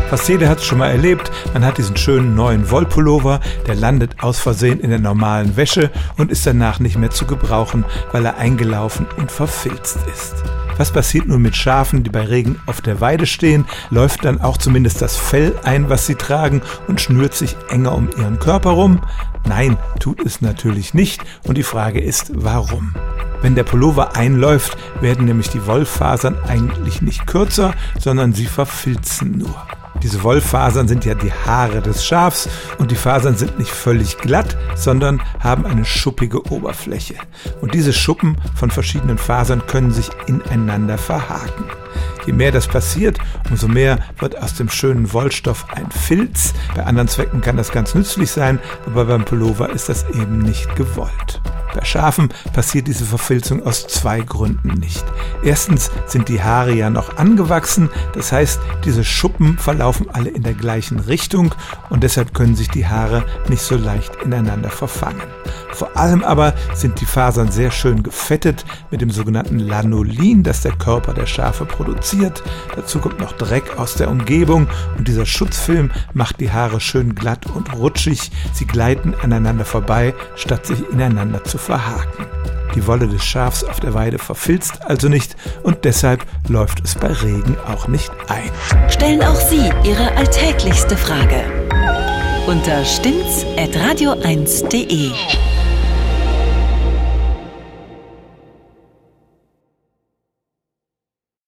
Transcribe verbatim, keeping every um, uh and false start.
Fast jeder hat es schon mal erlebt, man hat diesen schönen neuen Wollpullover, der landet aus Versehen in der normalen Wäsche und ist danach nicht mehr zu gebrauchen, weil er eingelaufen und verfilzt ist. Was passiert nun mit Schafen, die bei Regen auf der Weide stehen? Läuft dann auch zumindest das Fell ein, was sie tragen, und schnürt sich enger um ihren Körper rum? Nein, tut es natürlich nicht, und die Frage ist, warum? Wenn der Pullover einläuft, werden nämlich die Wollfasern eigentlich nicht kürzer, sondern sie verfilzen nur. Diese Wollfasern sind ja die Haare des Schafs und die Fasern sind nicht völlig glatt, sondern haben eine schuppige Oberfläche. Und diese Schuppen von verschiedenen Fasern können sich ineinander verhaken. Je mehr das passiert, umso mehr wird aus dem schönen Wollstoff ein Filz. Bei anderen Zwecken kann das ganz nützlich sein, aber beim Pullover ist das eben nicht gewollt. Bei Schafen passiert diese Verfilzung aus zwei Gründen nicht. Erstens sind die Haare ja noch angewachsen, das heißt, diese Schuppen verlaufen alle in der gleichen Richtung und deshalb können sich die Haare nicht so leicht ineinander verfangen. Vor allem aber sind die Fasern sehr schön gefettet mit dem sogenannten Lanolin, das der Körper der Schafe produziert. Dazu kommt noch Dreck aus der Umgebung und dieser Schutzfilm macht die Haare schön glatt und rutschig. Sie gleiten aneinander vorbei, statt sich ineinander zu verhaken. Die Wolle des Schafs auf der Weide verfilzt also nicht und deshalb läuft es bei Regen auch nicht ein. Stellen auch Sie Ihre alltäglichste Frage unter stimmt's at radio eins punkt de.